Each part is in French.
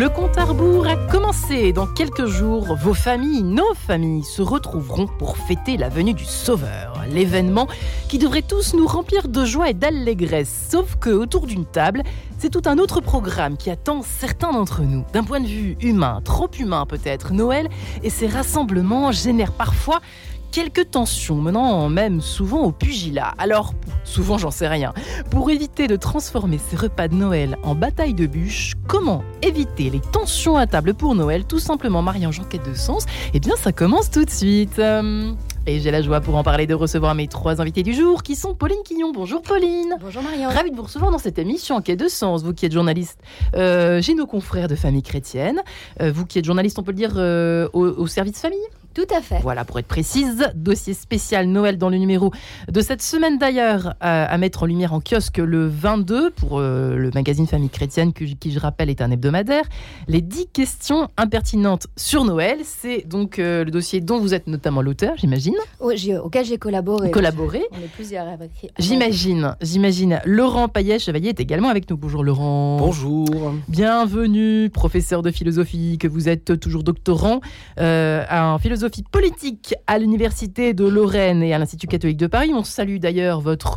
Le compte à rebours a commencé. Dans quelques jours, vos familles, nos familles, se retrouveront pour fêter la venue du Sauveur. L'événement qui devrait tous nous remplir de joie et d'allégresse. Sauf que autour d'une table, c'est tout un autre programme qui attend certains d'entre nous. D'un point de vue humain, trop humain peut-être, Noël et ses rassemblements génèrent parfois quelques tensions, menant même souvent au pugilat. Alors, souvent j'en sais rien. Pour éviter de transformer ces repas de Noël en bataille de bûches, comment éviter les tensions à table pour Noël, tout simplement Marie-Ange en quête de sens? Eh bien, ça commence tout de suite. Et j'ai la joie pour en parler de recevoir mes trois invités du jour, qui sont Pauline Quillon. Bonjour Pauline. Bonjour Marie-Ange. Ravie de vous recevoir dans cette émission en quête de sens. Vous qui êtes journaliste chez nos confrères de Famille Chrétienne. Vous qui êtes journaliste, on peut le dire, au service famille. Tout à fait. Voilà, pour être précise, dossier spécial Noël dans le numéro de cette semaine d'ailleurs, à mettre en lumière en kiosque le 22 pour le magazine Famille Chrétienne, qui je rappelle est un hebdomadaire. Les 10 questions impertinentes sur Noël, c'est donc le dossier dont vous êtes notamment l'auteur, j'imagine. Auquel j'ai collaboré. On est plusieurs à écrire. J'imagine. Laurent Payet-Chevalier est également avec nous. Bonjour Laurent. Bonjour. Bienvenue, professeur de philosophie, que vous êtes toujours doctorant en philosophie politique à l'Université de Lorraine et à l'Institut catholique de Paris. On salue d'ailleurs votre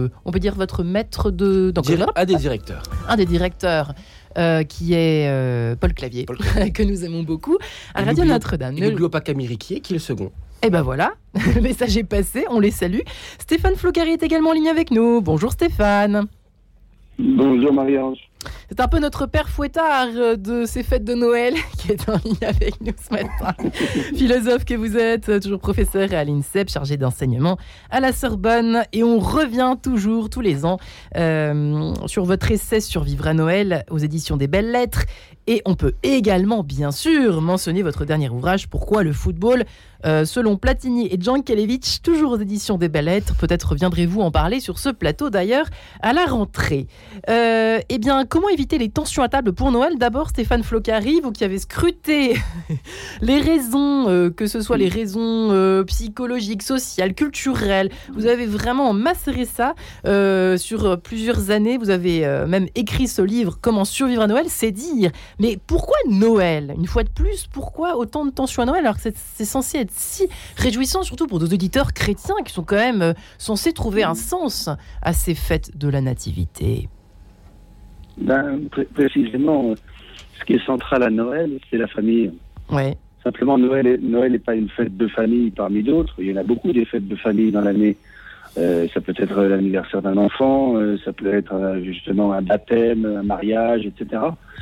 maître Un des directeurs. Un des directeurs. Qui est Paul Clavier, que nous aimons beaucoup, à Radio Notre-Dame. Et n'oublions pas Camille Riquier, qui est le second. Et ben voilà, le message est passé, on les salue. Stéphane Flocari est également en ligne avec nous. Bonjour Stéphane. Bonjour Marie-Ange. C'est un peu notre père fouettard de ces fêtes de Noël qui est en ligne avec nous ce matin. Philosophe que vous êtes, toujours professeur à l'INSEP, chargé d'enseignement à la Sorbonne. Et on revient toujours, tous les ans, sur votre essai Survivre à Noël aux éditions des Belles Lettres. Et on peut également, bien sûr, mentionner votre dernier ouvrage, Pourquoi le football, selon Platini et Jankélévitch, toujours aux éditions des Belles Lettres. Peut-être reviendrez-vous en parler sur ce plateau, d'ailleurs, à la rentrée. Eh bien, comment éviter les tensions à table pour Noël? D'abord, Stéphane Flocari, vous qui avez scruté les raisons, que ce soit les raisons psychologiques, sociales, culturelles, vous avez vraiment macéré ça sur plusieurs années. Vous avez même écrit ce livre, Comment survivre à Noël, c'est dire. Mais pourquoi Noël? Une fois de plus, pourquoi autant de tensions à Noël alors que c'est censé être si réjouissant, surtout pour nos auditeurs chrétiens qui sont quand même censés trouver un sens à ces fêtes de la Nativité? Précisément, ce qui est central à Noël, c'est la famille. Ouais. Simplement, Noël n'est pas une fête de famille parmi d'autres. Il y en a beaucoup des fêtes de famille dans l'année. Ça peut être l'anniversaire d'un enfant, ça peut être justement un baptême, un mariage, etc.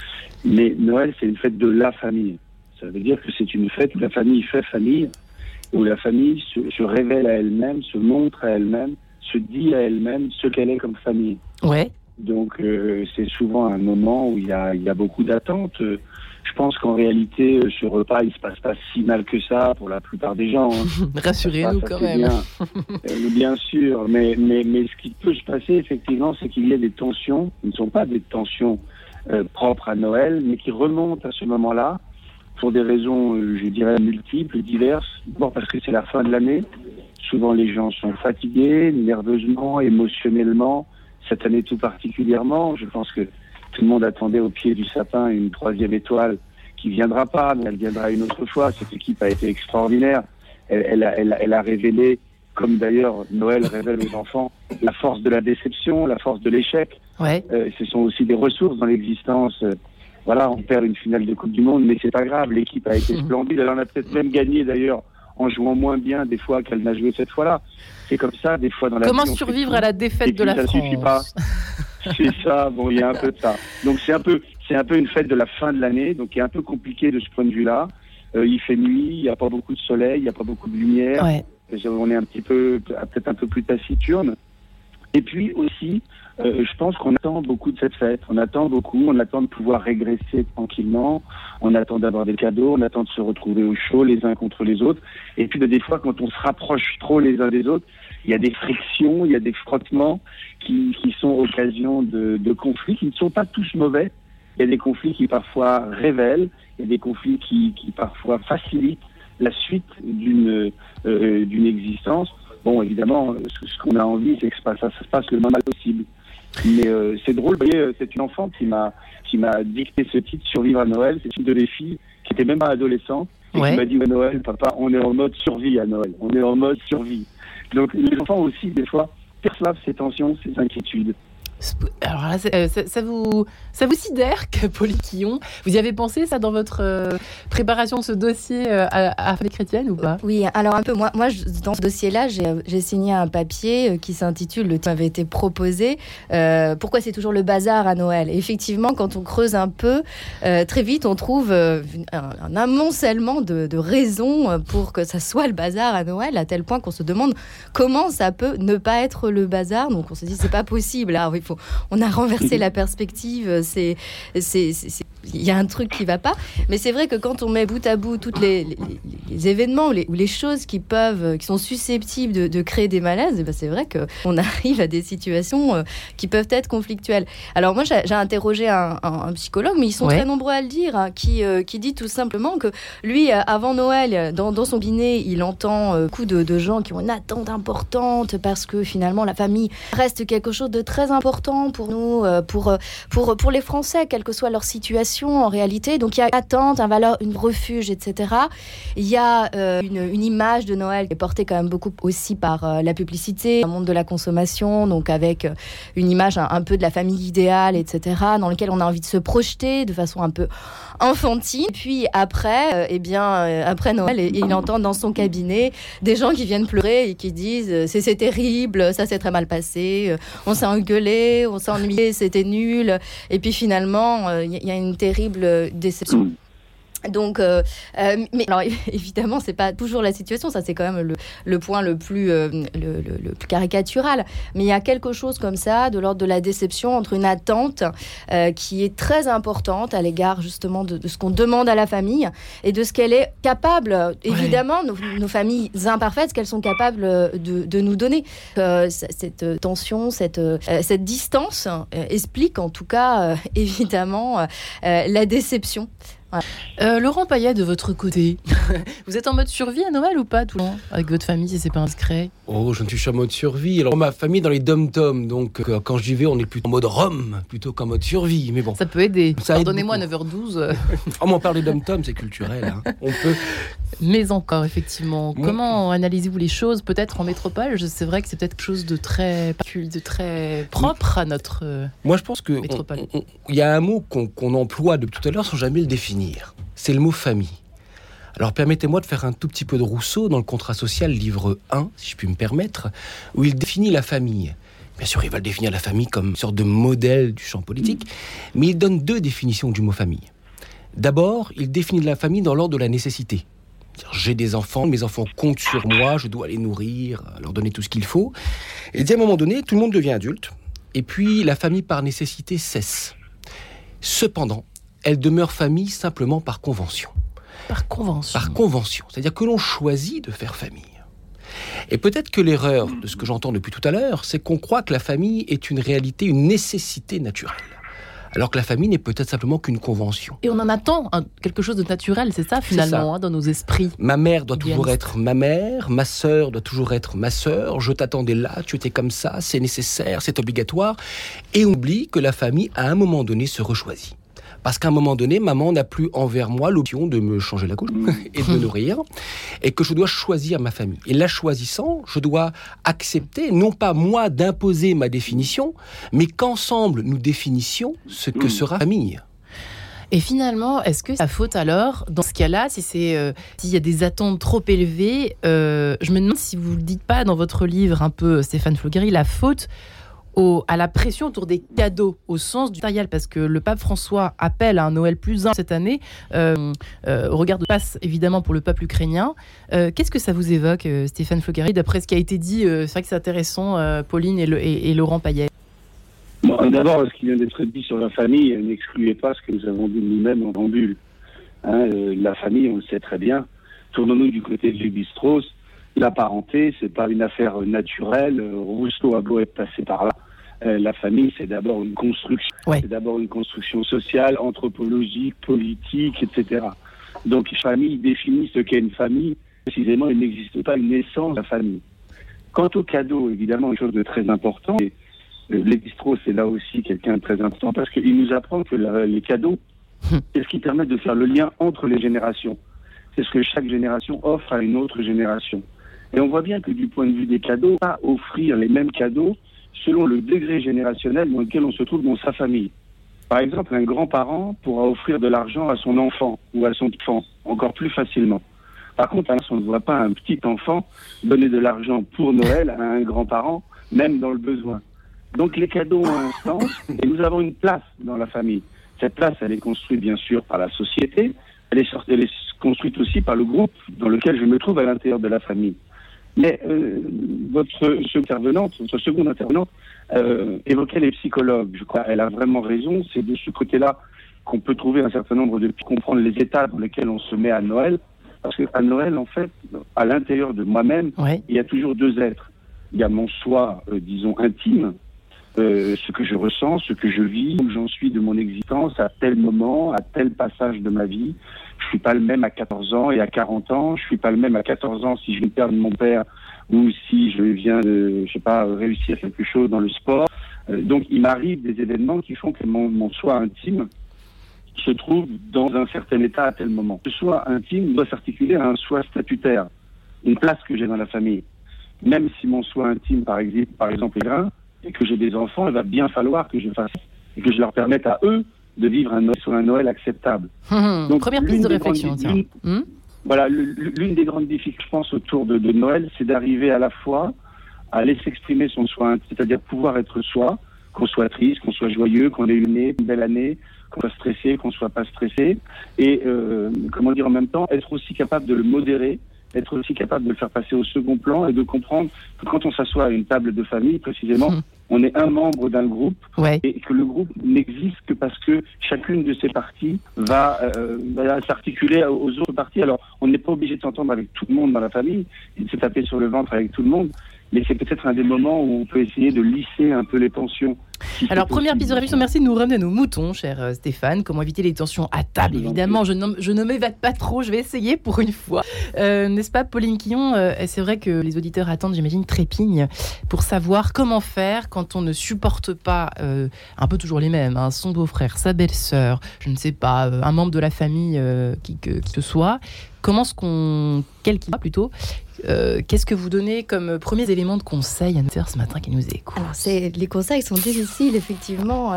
Mais Noël, c'est une fête de la famille. Ça veut dire que c'est une fête où la famille fait famille, où la famille se révèle à elle-même, se montre à elle-même, se dit à elle-même ce qu'elle est comme famille. Ouais. Donc c'est souvent un moment où il y a beaucoup d'attentes. Je pense qu'en réalité, ce repas, il se passe pas si mal que ça pour la plupart des gens. Hein. Rassurez-nous quand même. Bien sûr, mais ce qui peut se passer effectivement, c'est qu'il y a des tensions, qui ne sont pas des tensions propres à Noël, mais qui remontent à ce moment-là pour des raisons, je dirais, multiples, diverses. D'abord parce que c'est la fin de l'année. Souvent, les gens sont fatigués, nerveusement, émotionnellement. Cette année tout particulièrement, je pense que tout le monde attendait au pied du sapin une 3e étoile qui viendra pas, mais elle viendra une autre fois. Cette équipe a été extraordinaire. Elle a révélé, comme d'ailleurs Noël révèle aux enfants, la force de la déception, la force de l'échec. Ouais. Ce sont aussi des ressources dans l'existence. Voilà, on perd une finale de Coupe du Monde, mais c'est pas grave. L'équipe a été splendide. Elle en a peut-être même gagné d'ailleurs en jouant moins bien des fois qu'elle n'a joué cette fois-là. C'est comme ça, des fois dans la vie. Comment survivre à la défaite de la France? Ça suffit pas. C'est ça, bon, il y a un peu de ça. Donc c'est un peu une fête de la fin de l'année, donc qui est un peu compliqué de ce point de vue-là. Il fait nuit, il n'y a pas beaucoup de soleil, il n'y a pas beaucoup de lumière. Ouais. On est peut-être un peu plus taciturne. Et puis aussi, je pense qu'on attend beaucoup de cette fête. On attend de pouvoir régresser tranquillement. On attend d'avoir des cadeaux, on attend de se retrouver au chaud les uns contre les autres. Et puis des fois, quand on se rapproche trop les uns des autres, il y a des frictions, il y a des frottements qui sont occasion de conflits qui ne sont pas tous mauvais. Il y a des conflits qui parfois révèlent, il y a des conflits qui parfois facilitent la suite d'une existence. Bon, évidemment, ce qu'on a envie, c'est que ça se passe le moins mal possible. Mais c'est drôle, vous voyez, c'est une enfant qui m'a dicté ce titre, Survivre à Noël. C'est une de mes filles qui était même pas adolescente et qui m'a dit à Noël, papa, on est en mode survie à Noël. On est en mode survie. Donc les enfants aussi, des fois, perçoivent ces tensions, ces inquiétudes. Alors là, ça vous sidère que Pauline Quillon, vous y avez pensé ça dans votre préparation de ce dossier à Famille Chrétienne ou pas ? Oui, alors un peu. Moi, dans ce dossier-là, j'ai signé un papier qui s'intitule, le titre avait été proposé, pourquoi c'est toujours le bazar à Noël. Et effectivement, quand on creuse un peu, très vite, on trouve un amoncellement de raisons pour que ça soit le bazar à Noël, à tel point qu'on se demande comment ça peut ne pas être le bazar. Donc on se dit, c'est pas possible. Alors, on a renversé la perspective, il y a un truc qui va pas, mais c'est vrai que quand on met bout à bout tous les événements ou les choses qui sont susceptibles de créer des malaises, et ben c'est vrai qu'on arrive à des situations qui peuvent être conflictuelles. Alors moi j'ai interrogé un psychologue, mais ils sont très nombreux à le dire, hein, qui dit tout simplement que lui, avant Noël, dans son dîner, il entend beaucoup de gens qui ont une attente importante parce que finalement la famille reste quelque chose de très important pour nous, pour les Français, quelle que soit leur situation en réalité. Donc il y a attente, un valeur, une refuge, etc. Il y a une image de Noël qui est portée quand même beaucoup aussi par la publicité, un monde de la consommation, donc avec une image un peu de la famille idéale, etc., dans lequel on a envie de se projeter de façon un peu enfantine. Et puis après, après Noël, il entend dans son cabinet des gens qui viennent pleurer et qui disent c'est terrible, ça s'est très mal passé, on s'est engueulé, on s'est ennuyé, c'était nul. Et puis finalement, il y a une terrible déception. Donc, mais alors évidemment, c'est pas toujours la situation. Ça, c'est quand même le point le plus caricatural. Mais il y a quelque chose comme ça, de l'ordre de la déception entre une attente qui est très importante à l'égard justement de ce qu'on demande à la famille et de ce qu'elle est capable, évidemment, nos familles imparfaites, ce qu'elles sont capables de nous donner. Cette tension, cette distance explique en tout cas évidemment la déception. Laurent Payet, de votre côté, vous êtes en mode survie à Noël ou pas tout le temps avec votre famille, si c'est pas indiscret? Oh, je ne suis pas en mode survie. Alors ma famille est dans les dom-toms, donc quand j'y vais, on est plutôt en mode Rome plutôt qu'en mode survie. Mais bon, ça peut aider. Pardonnez-moi, aide 9h12. Oh, mais on parle des dom-toms, c'est culturel. Hein. On peut. Mais encore, effectivement. Comment analysez-vous les choses? Peut-être en métropole, c'est vrai que c'est peut-être quelque chose de très propre à notre Moi, je pense que métropole. Il y a un mot qu'on emploie depuis tout à l'heure sans jamais le définir. C'est le mot famille. Alors permettez-moi de faire un tout petit peu de Rousseau dans le Contrat social, livre 1, si je puis me permettre, où il définit la famille. Bien sûr, il va définir la famille comme une sorte de modèle du champ politique, mais il donne deux définitions du mot famille. D'abord, il définit la famille dans l'ordre de la nécessité. J'ai des enfants, mes enfants comptent sur moi, je dois les nourrir, leur donner tout ce qu'il faut. Et à un moment donné, tout le monde devient adulte, et puis la famille par nécessité cesse. Cependant, elle demeure famille simplement par convention. Par convention. Par convention. C'est-à-dire que l'on choisit de faire famille. Et peut-être que l'erreur de ce que j'entends depuis tout à l'heure, c'est qu'on croit que la famille est une réalité, une nécessité naturelle. Alors que la famille n'est peut-être simplement qu'une convention. Et on en attend quelque chose de naturel, c'est ça finalement, dans nos esprits. Ma mère doit toujours être ma mère, ma sœur doit toujours être ma sœur, je t'attendais là, tu étais comme ça, c'est nécessaire, c'est obligatoire. Et on oublie que la famille, à un moment donné, se rechoisit. Parce qu'à un moment donné, maman n'a plus envers moi l'option de me changer la couche et de me nourrir, et que je dois choisir ma famille. Et la choisissant, je dois accepter, non pas moi d'imposer ma définition, mais qu'ensemble nous définissions ce que sera famille. Et finalement, est-ce que c'est la faute alors, dans ce cas-là, s'il y a des attentes trop élevées, je me demande si vous ne le dites pas dans votre livre un peu, Stéphane Floguerie, la faute à la pression autour des cadeaux, au sens du matériel, parce que le pape François appelle à un Noël plus humble cette année, au regard de passe évidemment pour le peuple ukrainien. Qu'est-ce que ça vous évoque, Stéphane Floguerie, d'après ce qui a été dit? C'est vrai que c'est intéressant, Pauline et Laurent Payet. Bon, d'abord, ce qui vient d'être dit sur la famille n'excluait pas ce que nous avons dit nous-mêmes en préambule. La famille, on le sait très bien. Tournons-nous du côté de Lévi-Strauss. La parenté, c'est pas une affaire naturelle. Rousseau a beau être passé par là. La famille, c'est d'abord une construction. Ouais. C'est d'abord une construction sociale, anthropologique, politique, etc. Donc, famille définit ce qu'est une famille. Précisément, il n'existe pas une naissance de la famille. Quant au cadeau, évidemment, une chose de très important. Lévi-Strauss est là aussi quelqu'un de très important parce qu'il nous apprend que les cadeaux, c'est ce qui permet de faire le lien entre les générations. C'est ce que chaque génération offre à une autre génération. Et on voit bien que du point de vue des cadeaux, pas offrir les mêmes cadeaux selon le degré générationnel dans lequel on se trouve dans sa famille. Par exemple, un grand-parent pourra offrir de l'argent à son enfant ou à son enfant encore plus facilement. Par contre, on ne voit pas un petit enfant donner de l'argent pour Noël à un grand-parent, même dans le besoin. Donc les cadeaux ont un sens et nous avons une place dans la famille. Cette place, elle est construite bien sûr par la société, elle est construite aussi par le groupe dans lequel je me trouve à l'intérieur de la famille. Mais votre seconde intervenante évoquait les psychologues. Je crois qu'elle a vraiment raison. C'est de ce côté-là qu'on peut trouver un certain nombre de comprendre les états dans lesquels on se met à Noël. Parce qu'à Noël, en fait, à l'intérieur de moi-même, il y a toujours deux êtres. Il y a mon soi, disons, intime, ce que je ressens, ce que je vis, où j'en suis de mon existence à tel moment, à tel passage de ma vie. Je suis pas le même à 14 ans et à 40 ans. Je suis pas le même à 14 ans si je viens de perdre mon père ou si je viens de, je sais pas, réussir quelque chose dans le sport. Donc, il m'arrive des événements qui font que mon soi intime se trouve dans un certain état à tel moment. Ce soi intime doit s'articuler à un soi statutaire, une place que j'ai dans la famille. Même si mon soi intime, par exemple, est grand et que j'ai des enfants, il va bien falloir que je fasse et que je leur permette à eux de vivre un Noël acceptable. Donc, première piste de réflexion, tiens. Voilà, l'une des grandes difficultés, je pense, autour de Noël, c'est d'arriver à la fois à laisser exprimer son soi, c'est-à-dire pouvoir être soi, qu'on soit triste, qu'on soit joyeux, qu'on ait une belle année, qu'on soit stressé, qu'on soit pas stressé, et en même temps, être aussi capable de le modérer, être aussi capable de le faire passer au second plan et de comprendre que quand on s'assoit à une table de famille, précisément, on est un membre d'un groupe et que le groupe n'existe que parce que chacune de ces parties va s'articuler aux autres parties. Alors, on n'est pas obligé de s'entendre avec tout le monde dans la famille et de se taper sur le ventre avec tout le monde, mais c'est peut-être un des moments où on peut essayer de lisser un peu les tensions. Alors, première piste de réflexion, merci de nous ramener à nos moutons, cher Stéphane. Comment éviter les tensions à table, évidemment. Je ne m'évade pas trop, je vais essayer pour une fois. N'est-ce pas, Pauline Quillon? C'est vrai que les auditeurs attendent, j'imagine, trépignent pour savoir comment faire quand on ne supporte pas, un peu toujours les mêmes, son beau-frère, sa belle-sœur, je ne sais pas, un membre de la famille qui que ce soit. Comment est-ce qu'on... Quel qu'il soit plutôt. Qu'est-ce que vous donnez comme premiers éléments de conseil à nos auditeurs ce matin qui nous écoutent? Alors, les conseils sont difficiles, effectivement,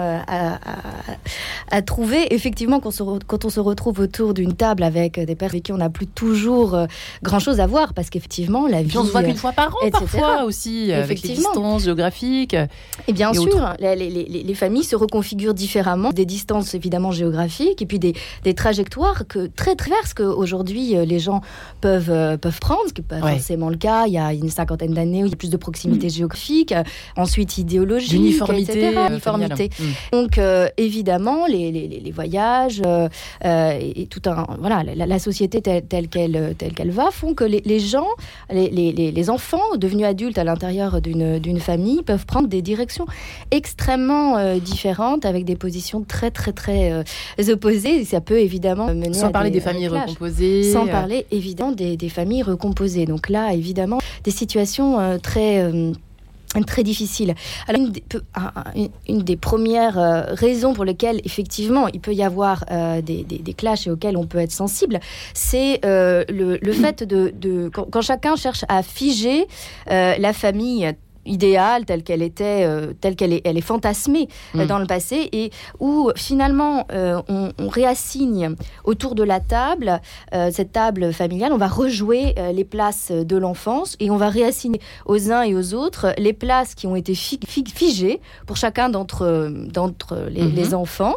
à trouver. Effectivement, quand on se retrouve autour d'une table avec des personnes avec qui on n'a plus toujours grand-chose à voir, parce qu'effectivement, la vie... on se voit qu'une fois par an, parfois aussi, avec les distances géographiques. Et bien sûr, les familles se reconfigurent différemment, des distances évidemment géographiques, et puis des trajectoires très diverses qu'aujourd'hui les gens peuvent prendre, ce qui n'est pas forcément le cas. Il y a une cinquantaine d'années où il y a plus de proximité géographique, ensuite idéologique, d'uniformité, etc. Uniformité. Donc évidemment, les voyages et tout la société telle qu'elle va font que les gens, les enfants devenus adultes à l'intérieur d'une famille peuvent prendre des directions extrêmement différentes avec des positions très très très opposées. Et ça peut évidemment mener sans parler des familles recomposées, sans parler évidemment des familles recomposées. Donc là, évidemment, des situations très difficile. Alors, une des premières raisons pour lesquelles, effectivement, il peut y avoir des clashs et auxquels on peut être sensible, c'est le fait quand chacun cherche à figer la famille idéale telle qu'elle était, elle est fantasmée dans le passé, et où finalement on réassigne autour de la table, cette table familiale, on va rejouer les places de l'enfance et on va réassigner aux uns et aux autres les places qui ont été figées pour chacun d'entre les enfants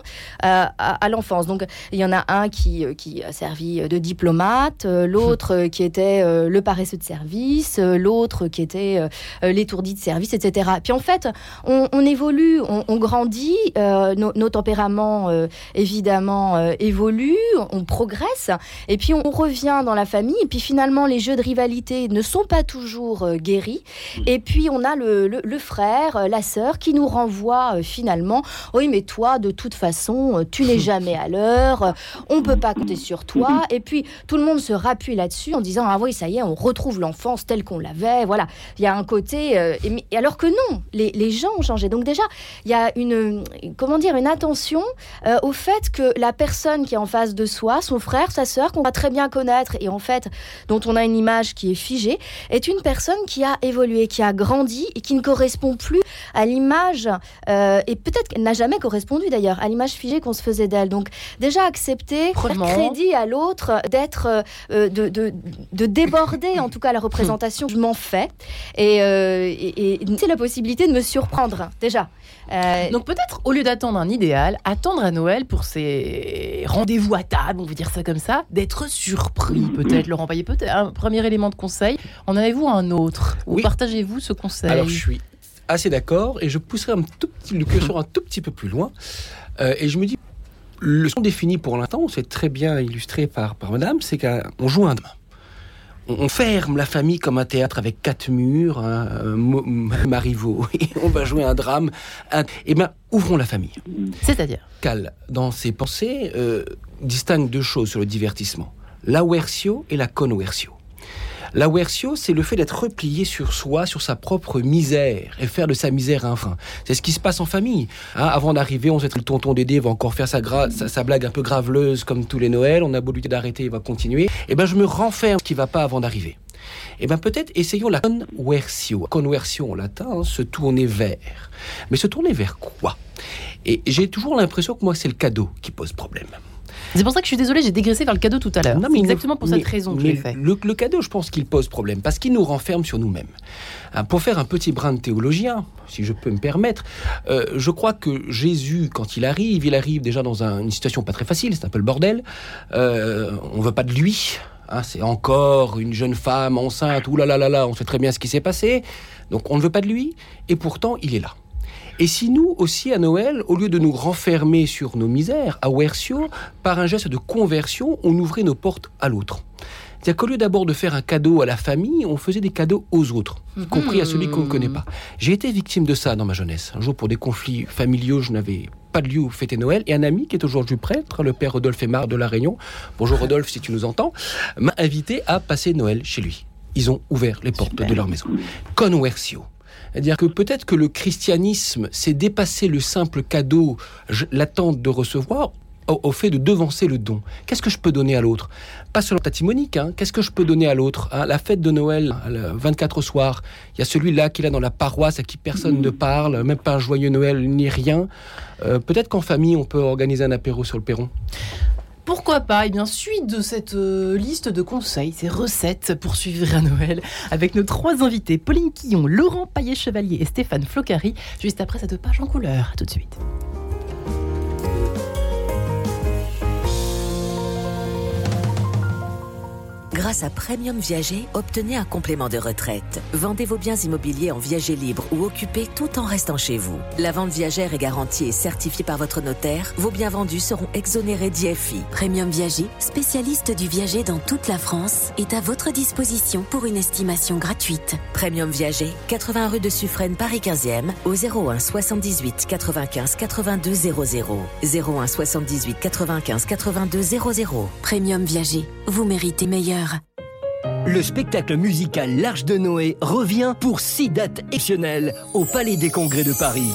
à l'enfance. Donc il y en a un qui a servi de diplomate, l'autre qui était le paresseux de service, l'autre qui était l'étourdi de service, etc. Puis en fait, on évolue, on grandit, nos tempéraments évidemment évoluent, on progresse, et puis on revient dans la famille, et puis finalement les jeux de rivalité ne sont pas toujours guéris, et puis on a le frère, la sœur qui nous renvoie finalement, oui mais toi de toute façon tu n'es jamais à l'heure, on peut pas compter sur toi, et puis tout le monde se rappuie là-dessus en disant ah oui ça y est, on retrouve l'enfance telle qu'on l'avait. Voilà, il y a un côté Et alors que non, les gens ont changé. Donc déjà, il y a une attention au fait que la personne qui est en face de soi, son frère, sa sœur, qu'on va très bien connaître et en fait dont on a une image qui est figée, est une personne qui a évolué, qui a grandi et qui ne correspond plus à l'image, et peut-être qu'elle n'a jamais correspondu d'ailleurs, à l'image figée qu'on se faisait d'elle. Donc déjà accepter, faire crédit à l'autre, d'être, de déborder en tout cas la représentation, je m'en fais, et c'est la possibilité de me surprendre déjà. Donc peut-être, au lieu d'attendre un idéal, attendre à Noël pour ces rendez-vous à table, on veut dire ça comme ça, d'être surpris peut-être. Laurent Paillet, peut-être un premier élément de conseil. En avez-vous un autre? Ou partagez-vous ce conseil? Alors je suis assez d'accord et je pousserai le curseur un tout petit peu plus loin. Et je me dis, le son défini pour l'instant, c'est très bien illustré par madame, c'est qu'on joue un drame. On ferme la famille comme un théâtre avec 4 murs, Marivaux, et on va jouer un drame. Eh bien, ouvrons la famille. C'est-à-dire Cal, dans ses pensées, distingue 2 choses sur le divertissement. L'aversio et la conversio. L'aversio, c'est le fait d'être replié sur soi, sur sa propre misère, et faire de sa misère un frein. C'est ce qui se passe en famille. Avant d'arriver, on sait que le tonton Dédé va encore faire sa blague un peu graveleuse comme tous les Noëls. On a beau lui dire d'arrêter, il va continuer. Eh ben, je me renferme ce qui ne va pas avant d'arriver. Eh ben, peut-être essayons la conversio. Conversio en latin, se tourner vers. Mais se tourner vers quoi? Et j'ai toujours l'impression que moi, c'est le cadeau qui pose problème. C'est pour ça que je suis désolée, j'ai dégraissé vers le cadeau tout à l'heure. C'est exactement pour cette raison que je l'ai fait. Le cadeau, je pense qu'il pose problème, parce qu'il nous renferme sur nous-mêmes. Pour faire un petit brin de théologien, si je peux me permettre, je crois que Jésus, quand il arrive déjà dans une situation pas très facile, c'est un peu le bordel. On ne veut pas de lui. C'est encore une jeune femme enceinte, on sait très bien ce qui s'est passé. Donc on ne veut pas de lui, et pourtant il est là. Et si nous aussi à Noël, au lieu de nous renfermer sur nos misères, à Versio, par un geste de conversion, on ouvrait nos portes à l'autre. C'est-à-dire qu'au lieu d'abord de faire un cadeau à la famille, on faisait des cadeaux aux autres, y compris à celui qu'on ne connaît pas. J'ai été victime de ça dans ma jeunesse. Un jour, pour des conflits familiaux, je n'avais pas de lieu où fêter Noël, et un ami qui est aujourd'hui prêtre, le père Rodolphe Aymar de La Réunion, bonjour Rodolphe si tu nous entends, m'a invité à passer Noël chez lui. Ils ont ouvert les portes de leur maison. Conversio. C'est-à-dire que peut-être que le christianisme, c'est dépasser le simple cadeau, l'attente de recevoir, au fait de devancer le don. Qu'est-ce que je peux donner à l'autre? Pas seulement Tati Monique, qu'est-ce que je peux donner à l'autre? La fête de Noël, le 24 au soir, il y a celui-là qui est là dans la paroisse à qui personne ne parle, même pas un joyeux Noël ni rien. Peut-être qu'en famille, on peut organiser un apéro sur le perron. Pourquoi pas? Eh bien, suite de cette liste de conseils, ces recettes pour suivre à Noël, avec nos 3 invités, Pauline Quillon, Laurent Paillet-Chevalier et Stéphane Flocari, juste après cette page en couleur. À tout de suite. Grâce à Premium Viager, obtenez un complément de retraite. Vendez vos biens immobiliers en viager libre ou occupés tout en restant chez vous. La vente viagère est garantie et certifiée par votre notaire. Vos biens vendus seront exonérés d'IFI. Premium Viager, spécialiste du viager dans toute la France, est à votre disposition pour une estimation gratuite. Premium Viager, 80 rue de Suffren, Paris 15e, au 01 78 95 82 00. 01 78 95 82 00. Premium Viager, vous méritez meilleur. Le spectacle musical L'Arche de Noé revient pour 6 dates exceptionnelles au Palais des Congrès de Paris.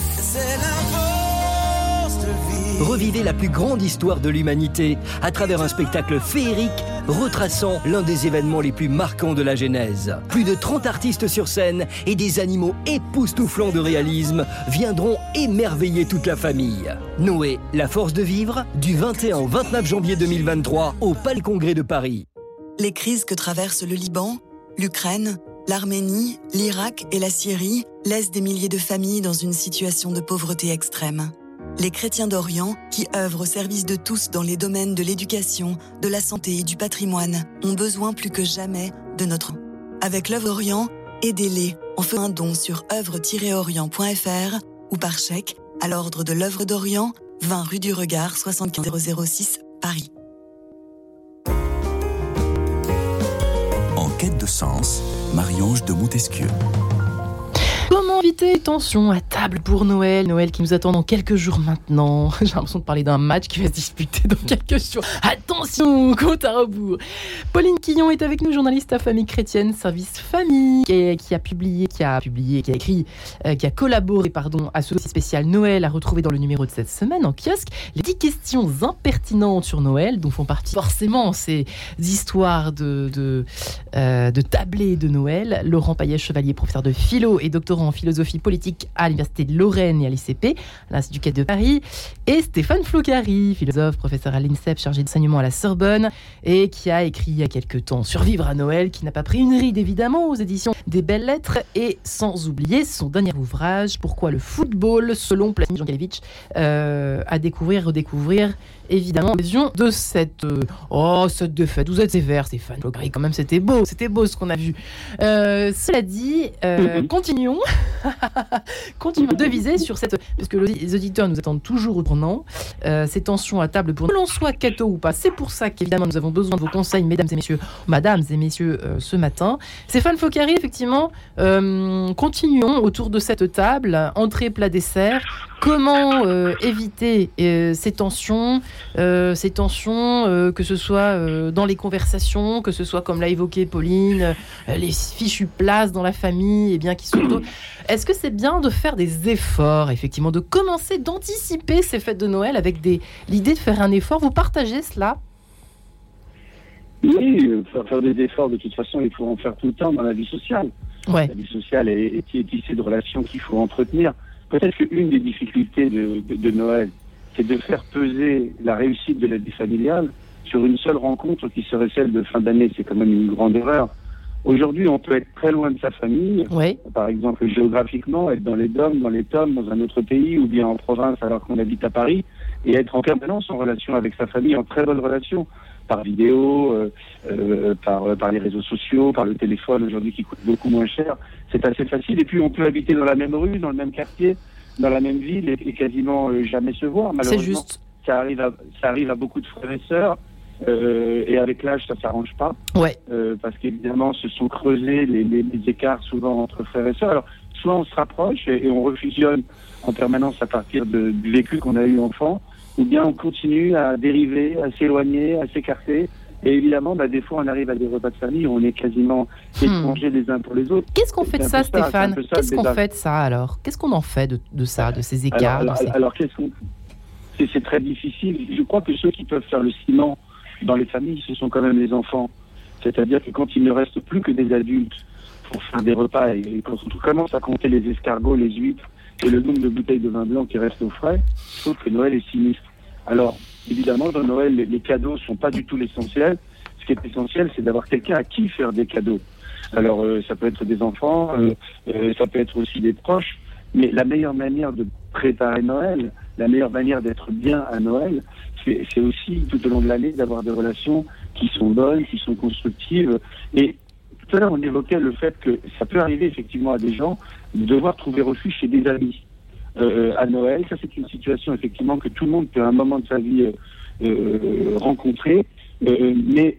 Revivez la plus grande histoire de l'humanité à travers un spectacle féerique retraçant l'un des événements les plus marquants de la Genèse. Plus de 30 artistes sur scène et des animaux époustouflants de réalisme viendront émerveiller toute la famille. Noé, la force de vivre, du 21 au 29 janvier 2023 au Palais des Congrès de Paris. Les crises que traversent le Liban, l'Ukraine, l'Arménie, l'Irak et la Syrie laissent des milliers de familles dans une situation de pauvreté extrême. Les chrétiens d'Orient, qui œuvrent au service de tous dans les domaines de l'éducation, de la santé et du patrimoine, ont besoin plus que jamais de notre aide. Avec l'œuvre Orient, aidez-les en faisant un don sur œuvre-orient.fr ou par chèque à l'ordre de l'œuvre d'Orient, 20 rue du Regard, 75 006, Paris. En quête de sens, Marie-Ange de Montesquieu. Comment éviter les tensions à table pour Noël? Noël qui nous attend dans quelques jours maintenant. J'ai l'impression de parler d'un match qui va se disputer dans quelques jours. Attention, compte à rebours. Pauline Quillon est avec nous, journaliste à Famille Chrétienne, service famille, qui a collaboré à ce dossier spécial Noël à retrouver dans le numéro de cette semaine en kiosque. Les 10 questions impertinentes sur Noël, dont font partie forcément ces histoires de tablés de Noël. Laurent Payet-Chevalier, professeur de philo et doctorant en philosophie politique à l'Université de Lorraine et à l'ICP, à l'Institut Quai de Paris. Et Stéphane Flocari, philosophe, professeur à l'INSEP, chargé d'enseignement à la Sorbonne, et qui a écrit il y a quelques temps Survivre à Noël, qui n'a pas pris une ride évidemment, aux éditions des Belles Lettres, et sans oublier son dernier ouvrage, Pourquoi le football, selon Plasmid Jankélévitch, à découvrir, redécouvrir, évidemment, en occasion de cette défaite. Vous êtes sévère, Stéphane Flocari, quand même, c'était beau ce qu'on a vu. Cela dit, continuons de viser sur cette, parce que les auditeurs nous attendent toujours au tournant, ces tensions à table pour que l'on soit catho ou pas. C'est pour ça qu'évidemment nous avons besoin de vos conseils, madame et messieurs, ce matin. Stéphane Flocari, effectivement, continuons autour de cette table, entrée, plat, dessert. Comment éviter ces tensions, que ce soit dans les conversations, que ce soit, comme l'a évoqué Pauline, les fichues places dans la famille, et bien qui sont... Est-ce que c'est bien de faire des efforts, effectivement, de commencer, d'anticiper ces fêtes de Noël avec l'idée de faire un effort? Vous partagez cela? Oui, faire des efforts, de toute façon, il faut en faire tout le temps dans la vie sociale. Ouais. La vie sociale est tissée de relations qu'il faut entretenir. Peut-être qu'une des difficultés de Noël, c'est de faire peser la réussite de la vie familiale sur une seule rencontre qui serait celle de fin d'année. C'est quand même une grande erreur. Aujourd'hui, on peut être très loin de sa famille, oui. Par exemple géographiquement, être dans les DOM, dans les TOM, dans un autre pays, ou bien en province alors qu'on habite à Paris, et être en permanence en relation avec sa famille, en très bonne relation, par vidéo, par les réseaux sociaux, par le téléphone aujourd'hui qui coûte beaucoup moins cher. C'est assez facile. Et puis on peut habiter dans la même rue, dans le même quartier, dans la même ville et quasiment jamais se voir. Malheureusement, c'est juste. Ça arrive à beaucoup de frères et sœurs. Et avec l'âge, ça s'arrange pas. Ouais. Parce qu'évidemment, se sont creusés les écarts souvent entre frères et sœurs. Alors, soit on se rapproche et on refusionne en permanence à partir du vécu qu'on a eu enfant, ou bien on continue à dériver, à s'éloigner, à s'écarter. Et évidemment, des fois, on arrive à des repas de famille où on est quasiment étrangers les uns pour les autres. Qu'est-ce qu'on fait de ça, Stéphane? Qu'est-ce qu'on fait de ça, alors? Qu'est-ce qu'on en fait de ça, de ces écarts? Alors c'est très difficile. Je crois que ceux qui peuvent faire le ciment dans les familles, ce sont quand même les enfants. C'est-à-dire que quand il ne reste plus que des adultes pour faire des repas, et quand on commence à compter les escargots, les huîtres, et le nombre de bouteilles de vin blanc qui restent au frais, je trouve que Noël est sinistre. Alors, évidemment, dans Noël, les cadeaux ne sont pas du tout l'essentiel. Ce qui est essentiel, c'est d'avoir quelqu'un à qui faire des cadeaux. Alors, ça peut être des enfants, ça peut être aussi des proches, mais la meilleure manière de préparer Noël, la meilleure manière d'être bien à Noël, c'est aussi, tout au long de l'année, d'avoir des relations qui sont bonnes, qui sont constructives. Et tout à l'heure, on évoquait le fait que ça peut arriver effectivement à des gens de devoir trouver refuge chez des amis à Noël. Ça, c'est une situation effectivement que tout le monde peut à un moment de sa vie rencontrer. Mais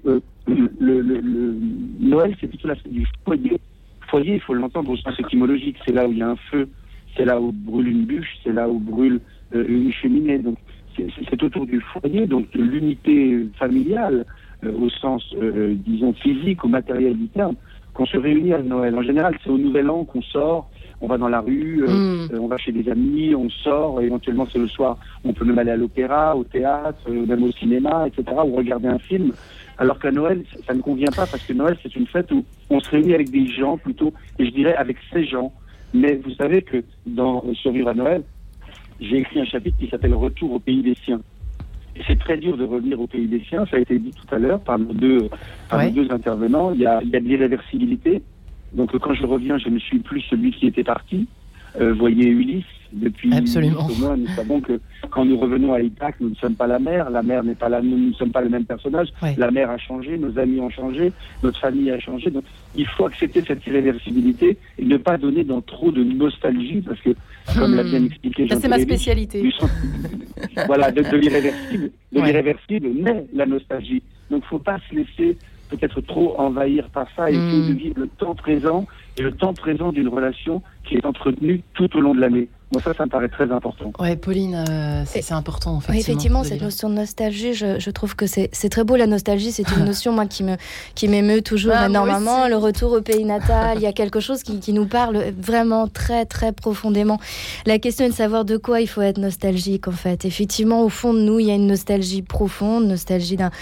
Noël, c'est plutôt la fête du foyer. Foyer, il faut l'entendre au sens étymologique. C'est là où il y a un feu, c'est là où brûle une bûche, c'est là où brûle une cheminée. Donc, c'est autour du foyer, donc de l'unité familiale, au sens, disons, physique ou matériel du terme, qu'on se réunit à Noël. En général, c'est au Nouvel An qu'on sort, on va dans la rue, on va chez des amis, on sort, éventuellement c'est le soir, on peut même aller à l'opéra, au théâtre, même au cinéma, etc., ou regarder un film. Alors qu'à Noël, ça ne convient pas, parce que Noël, c'est une fête où on se réunit avec des gens, plutôt, et je dirais avec ces gens. Mais vous savez que dans Survivre à Noël, j'ai écrit un chapitre qui s'appelle « Retour au pays des siens ». Et c'est très dur de revenir au pays des siens, ça a été dit tout à l'heure par nos deux intervenants. Il y a de l'irréversibilité. Donc quand je reviens, je ne suis plus celui qui était parti. Voyez Ulysse, depuis mois, nous savons que quand nous revenons à Ithaque, nous ne sommes pas la mer n'est pas là, nous ne sommes pas le même personnage. Ouais. La mer a changé, nos amis ont changé, notre famille a changé. Donc il faut accepter cette irréversibilité et ne pas donner dans trop de nostalgie, parce que, comme l'a bien expliqué Jean, c'est ma spécialité. Voilà, de l'irréversible naît la nostalgie. Donc il ne faut pas se laisser peut-être trop envahir par ça, et il faut vivre le temps présent et le temps présent d'une relation qui est entretenue tout au long de l'année. Moi, ça me paraît très important. Ouais, Pauline, c'est important, Oui, effectivement, cette notion de nostalgie, je trouve que c'est très beau. La nostalgie, c'est une notion, moi, qui m'émeut toujours énormément. Le retour au pays natal, il y a quelque chose qui nous parle vraiment très, très profondément. La question est de savoir de quoi il faut être nostalgique, en fait. Effectivement, au fond de nous, il y a une nostalgie profonde, nostalgie d'un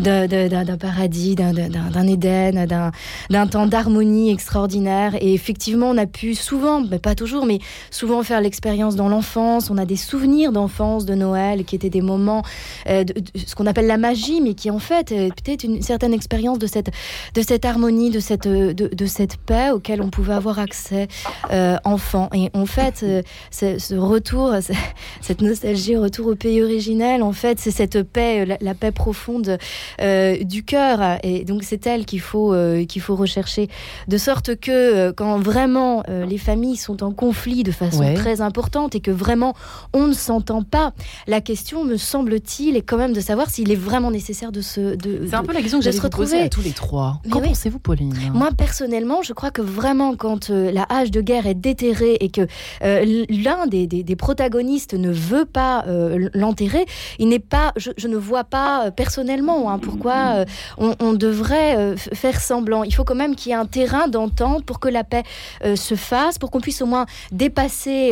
paradis, d'un Éden, d'un temps d'harmonie extraordinaire. Et effectivement, on a pu souvent, mais pas toujours, mais souvent faire l'expérience dans l'enfance. On a des souvenirs d'enfance, de Noël, qui étaient des moments de ce qu'on appelle la magie, mais qui en fait peut-être une certaine expérience de cette harmonie, de cette paix auquel on pouvait avoir accès enfant. Et en fait, ce retour, cette nostalgie, retour au pays originel, en fait, c'est cette paix, la paix profonde du cœur. Et donc c'est elle qu'il faut rechercher, de sorte que quand vraiment les familles sont en conflit de façon très importante et que vraiment on ne s'entend pas, la question, me semble-t-il, est quand même de savoir s'il est vraiment nécessaire c'est un peu la question que j'allais vous poser à tous les trois. Qu'en pensez-vous, Pauline ? Moi, personnellement, je crois que vraiment, quand la hache de guerre est déterrée et que l'un des protagonistes ne veut pas l'enterrer, il n'est pas, je ne vois pas personnellement pourquoi on devrait faire semblant. Il faut quand même qu'il y ait un terrain d'entente pour que la paix se fasse, pour qu'on puisse au moins dépasser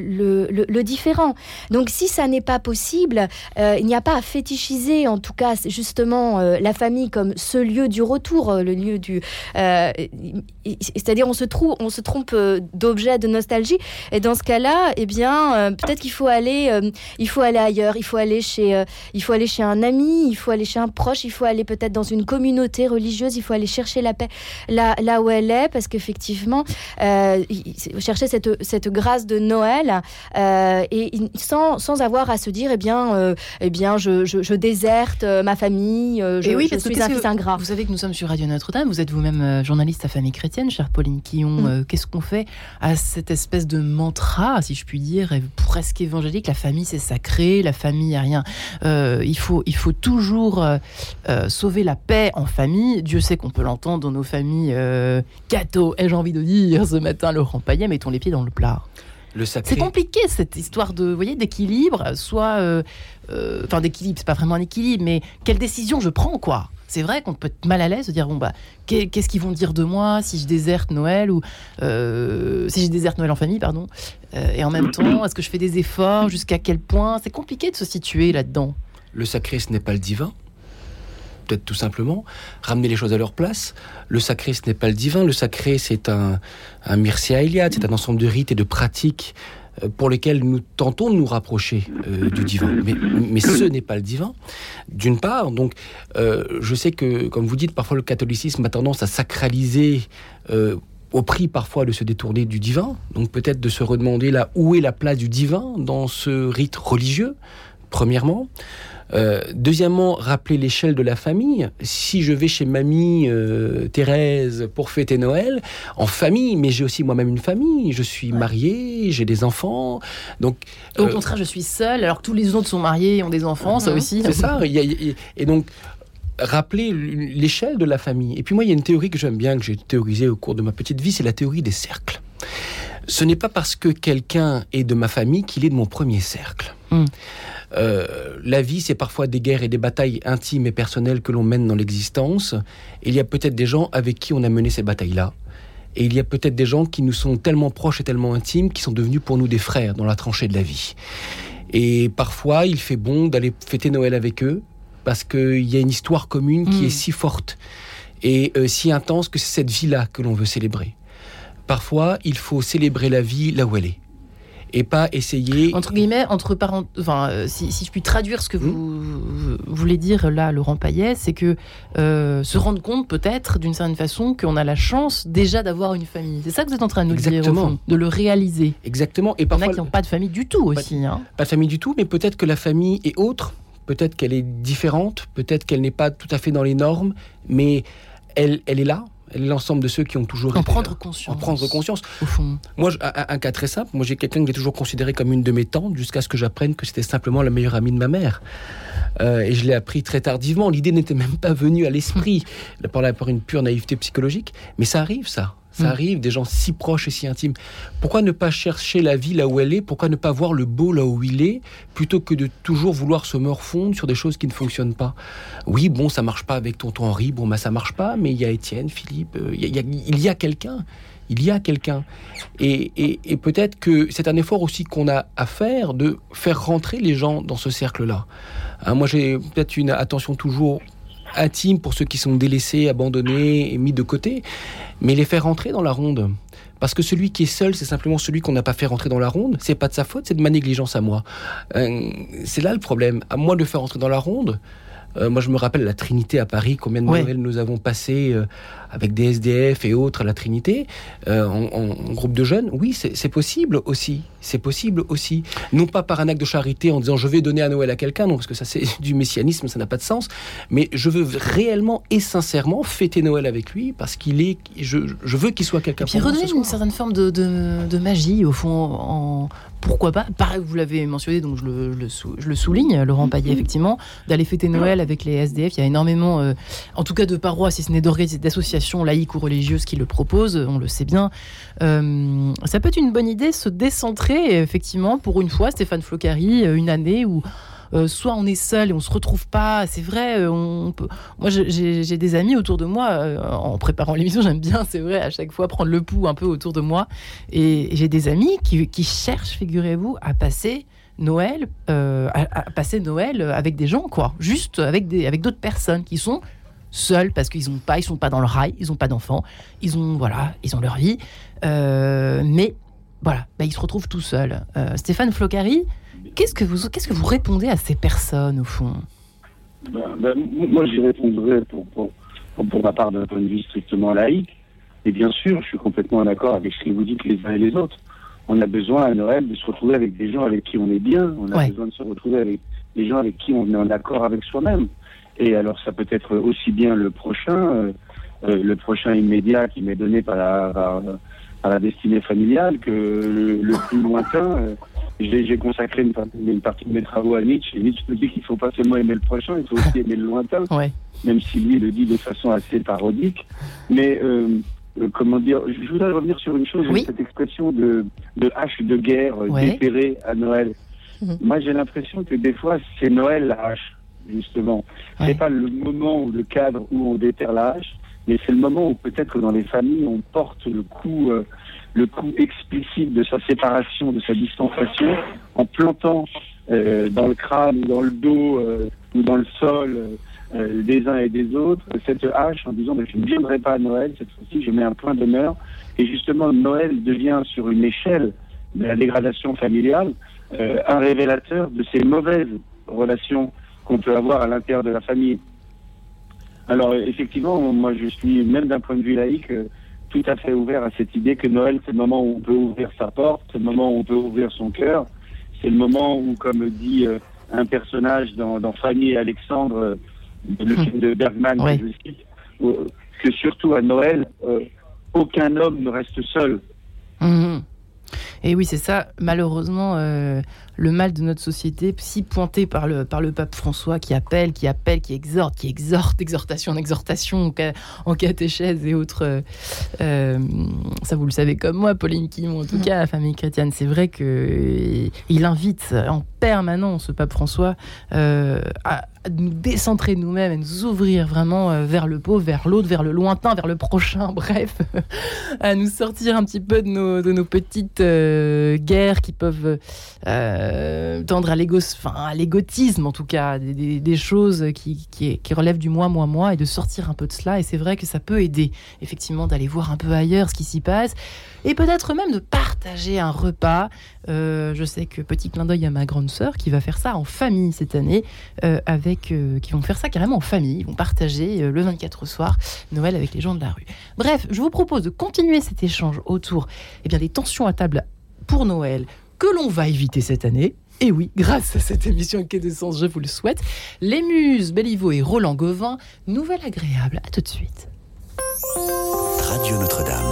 le différent. Donc si ça n'est pas possible, il n'y a pas à fétichiser, en tout cas justement la famille comme ce lieu du retour, le lieu du c'est-à-dire on se trompe d'objet de nostalgie, et dans ce cas-là, eh bien peut-être qu'il faut aller ailleurs, il faut aller chez un ami, il faut aller chez un proche, il faut aller peut-être dans une communauté religieuse, il faut aller chercher la paix là où elle est, parce qu'effectivement chercher cette grâce de Noël, et sans avoir à se dire je déserte ma famille, je suis un fils ingrat. Vous savez que nous sommes sur Radio Notre-Dame, vous êtes vous-même journaliste à Famille Chrétienne, chère Pauline Quillon. Qu'est-ce qu'on fait à cette espèce de mantra, si je puis dire, presque évangélique, la famille c'est sacré, la famille a rien, il faut toujours sauver la paix en famille. Dieu sait qu'on peut l'entendre dans nos familles gâteaux, ai-je envie de dire ce matin, Laurent Payet, mettons les pieds dans le plat. C'est compliqué cette histoire d'équilibre, d'équilibre, c'est pas vraiment un équilibre, mais quelle décision je prends, quoi. C'est vrai qu'on peut être mal à l'aise de dire qu'est-ce qu'ils vont dire de moi si je déserte Noël ou si je déserte Noël en famille, pardon. Et en même temps, est-ce que je fais des efforts, jusqu'à quel point? C'est compliqué de se situer là-dedans. Le sacré, ce n'est pas le divin. Peut-être tout simplement ramener les choses à leur place. Le sacré, ce n'est pas le divin. Le sacré, c'est un Mircea Eliade, c'est un ensemble de rites et de pratiques pour lesquels nous tentons de nous rapprocher du divin. Mais ce n'est pas le divin, d'une part. Donc, je sais que, comme vous dites, parfois le catholicisme a tendance à sacraliser au prix parfois de se détourner du divin. Donc peut-être de se redemander là où est la place du divin dans ce rite religieux, premièrement. Deuxièmement, rappeler l'échelle de la famille. Si je vais chez mamie Thérèse pour fêter Noël, en famille, mais j'ai aussi moi-même une famille, je suis marié, j'ai des enfants, donc... Au contraire, je suis seule, alors que tous les autres sont mariés et ont des enfants, ça aussi. C'est ça, et donc... rappeler l'échelle de la famille. Et puis moi, il y a une théorie que j'aime bien, que j'ai théorisée au cours de ma petite vie, c'est la théorie des cercles. Ce n'est pas parce que quelqu'un est de ma famille qu'il est de mon premier cercle. La vie, c'est parfois des guerres et des batailles intimes et personnelles que l'on mène dans l'existence. Et il y a peut-être des gens avec qui on a mené ces batailles-là. Et il y a peut-être des gens qui nous sont tellement proches et tellement intimes qui sont devenus pour nous des frères dans la tranchée de la vie. Et parfois, il fait bon d'aller fêter Noël avec eux, parce qu'il y a une histoire commune qui est si forte et si intense que c'est cette vie-là que l'on veut célébrer. Parfois, il faut célébrer la vie là où elle est. Et pas essayer... Entre guillemets, si je puis traduire ce que vous voulez dire là, Laurent Payet, c'est que se rendre compte peut-être, d'une certaine façon, qu'on a la chance déjà d'avoir une famille. C'est ça que vous êtes en train de nous dire, au fond, de le réaliser. Exactement. Et parfois, il y en a qui n'ont pas de famille du tout aussi. Pas de famille du tout, mais peut-être que la famille est autre, peut-être qu'elle est différente, peut-être qu'elle n'est pas tout à fait dans les normes, mais elle est là. Elle est l'ensemble de ceux qui ont toujours en prendre conscience. Au fond. Moi, un cas très simple. Moi, j'ai quelqu'un que j'ai toujours considéré comme une de mes tantes, jusqu'à ce que j'apprenne que c'était simplement la meilleure amie de ma mère. Et je l'ai appris très tardivement. L'idée n'était même pas venue à l'esprit par une pure naïveté psychologique. Mais ça arrive, ça. Ça arrive, des gens si proches et si intimes. Pourquoi ne pas chercher la vie là où elle est ? Pourquoi ne pas voir le beau là où il est, plutôt que de toujours vouloir se morfondre sur des choses qui ne fonctionnent pas ? Oui, bon, ça marche pas avec tonton Henri, bon, ça marche pas, mais il y a Étienne, Philippe, il y a quelqu'un. Il y a quelqu'un. Et peut-être que c'est un effort aussi qu'on a à faire, de faire rentrer les gens dans ce cercle-là. Moi, j'ai peut-être une attention toujours intime pour ceux qui sont délaissés, abandonnés et mis de côté, mais les faire rentrer dans la ronde. Parce que celui qui est seul, c'est simplement celui qu'on n'a pas fait rentrer dans la ronde. C'est pas de sa faute, c'est de ma négligence à moi. C'est là le problème. À moi de le faire rentrer dans la ronde. Moi, je me rappelle la Trinité à Paris, combien de Noël nous avons passé avec des SDF et autres à la Trinité, en groupe de jeunes. Oui, c'est possible aussi. C'est possible aussi. Non pas par un acte de charité en disant je vais donner à Noël à quelqu'un, non, parce que ça c'est du messianisme, ça n'a pas de sens. Mais je veux réellement et sincèrement fêter Noël avec lui parce qu'il est. Je veux qu'il soit quelqu'un. Et puis redonner une certaine forme de magie au fond. Pourquoi pas ? Pareil, vous l'avez mentionné, donc je le souligne, Laurent Payet, effectivement, d'aller fêter Noël avec les SDF. Il y a énormément, en tout cas de paroisses, si ce n'est d'associations laïques ou religieuses qui le proposent, on le sait bien. Ça peut être une bonne idée, se décentrer, effectivement, pour une fois, Stéphane Flocari, une année où soit on est seul et on se retrouve pas, c'est vrai, moi j'ai des amis autour de moi, en préparant l'émission, j'aime bien, c'est vrai, à chaque fois prendre le pouls un peu autour de moi, et j'ai des amis qui cherchent, figurez-vous, à passer Noël, avec des gens, quoi, juste avec d'autres personnes qui sont seuls parce qu'ils sont pas dans le rail, ils ont pas d'enfants, ils ont leur vie, mais voilà, ils se retrouvent tout seuls. Stéphane Flocari, qu'est-ce que vous répondez à ces personnes, au fond ? Moi, j'y répondrais pour ma part d'un point de vue strictement laïque. Et bien sûr, je suis complètement d'accord avec ce que vous dites les uns et les autres. On a besoin à Noël de se retrouver avec des gens avec qui on est bien. On a besoin de se retrouver avec des gens avec qui on est en accord avec soi-même. Et alors, ça peut être aussi bien le prochain immédiat qui m'est donné par la destinée familiale que le plus lointain. J'ai consacré une partie de mes travaux à Nietzsche. Et Nietzsche me dit qu'il ne faut pas seulement aimer le prochain, il faut aussi aimer le lointain. Même si lui le dit de façon assez parodique. Mais comment dire, je voudrais revenir sur une chose, cette expression de hache de guerre déterrée à Noël. Moi, j'ai l'impression que des fois, c'est Noël la hache, justement. C'est pas le moment ou le cadre où on déterre la hache, mais c'est le moment où peut-être dans les familles, on porte le coup explicite de sa séparation, de sa distanciation, en plantant dans le crâne, ou dans le dos, ou dans le sol des uns et des autres, cette hache en disant je ne viendrai pas à Noël, cette fois-ci je mets un point d'honneur. Et justement, Noël devient sur une échelle de la dégradation familiale un révélateur de ces mauvaises relations qu'on peut avoir à l'intérieur de la famille. Alors effectivement, moi je suis, même d'un point de vue laïque, tout à fait ouvert à cette idée que Noël, c'est le moment où on peut ouvrir sa porte, c'est le moment où on peut ouvrir son cœur, c'est le moment où, comme dit un personnage dans Fanny et Alexandre, le film de Bergman, que je cite, que surtout à Noël, aucun homme ne reste seul. Et oui, c'est ça, malheureusement, le mal de notre société, si pointé par le pape François, qui appelle, qui exhorte, exhortation en exhortation, en catéchèse et autres. Ça, vous le savez comme moi, Pauline Quimon, en tout cas, la famille chrétienne. C'est vrai qu'il invite en permanence, ce pape François, à nous décentrer de nous-mêmes, à nous ouvrir vraiment vers le pauvre, vers l'autre, vers le lointain, vers le prochain, bref, à nous sortir un petit peu de nos petites guerres qui peuvent tendre à l'égotisme, en tout cas, des choses qui relèvent du moi, et de sortir un peu de cela. Et c'est vrai que ça peut aider, effectivement, d'aller voir un peu ailleurs ce qui s'y passe, et peut-être même de partager un repas. Je sais que, petit clin d'œil à ma grande sœur, qui va faire ça en famille cette année, qui vont faire ça carrément en famille. Ils vont partager le 24 au soir Noël avec les gens de la rue. Bref, je vous propose de continuer cet échange autour des tensions à table pour Noël que l'on va éviter cette année. Et oui, grâce à cette émission Quai de Sens, je vous le souhaite. Les Muses, Béliveau et Roland Gauvin, nouvelle agréable. À tout de suite. Radio Notre-Dame.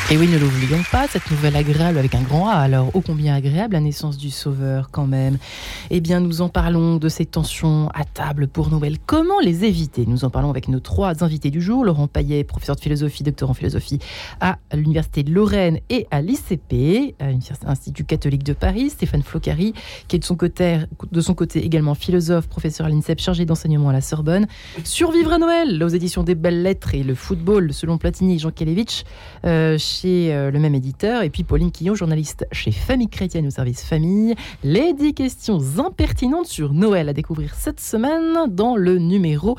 Et oui, ne l'oublions pas, cette nouvelle agréable avec un grand A, alors ô combien agréable, la naissance du Sauveur quand même. Eh bien, nous en parlons de ces tensions à table pour Noël. Comment les éviter ? Nous en parlons avec nos 3 invités du jour. Laurent Payet, professeur de philosophie, docteur en philosophie à l'Université de Lorraine et à l'ICP, à l'Institut catholique de Paris. Stéphane Flocari, qui est de son côté également philosophe, professeur à l'INSEP, chargé d'enseignement à la Sorbonne. Survivre à Noël, aux éditions des Belles Lettres, et le football, selon Platini et Jean Kelevitch, chez le même éditeur. Et puis Pauline Quillon, journaliste chez Famille Chrétienne au service famille. Les 10 questions impertinentes sur Noël à découvrir cette semaine dans le numéro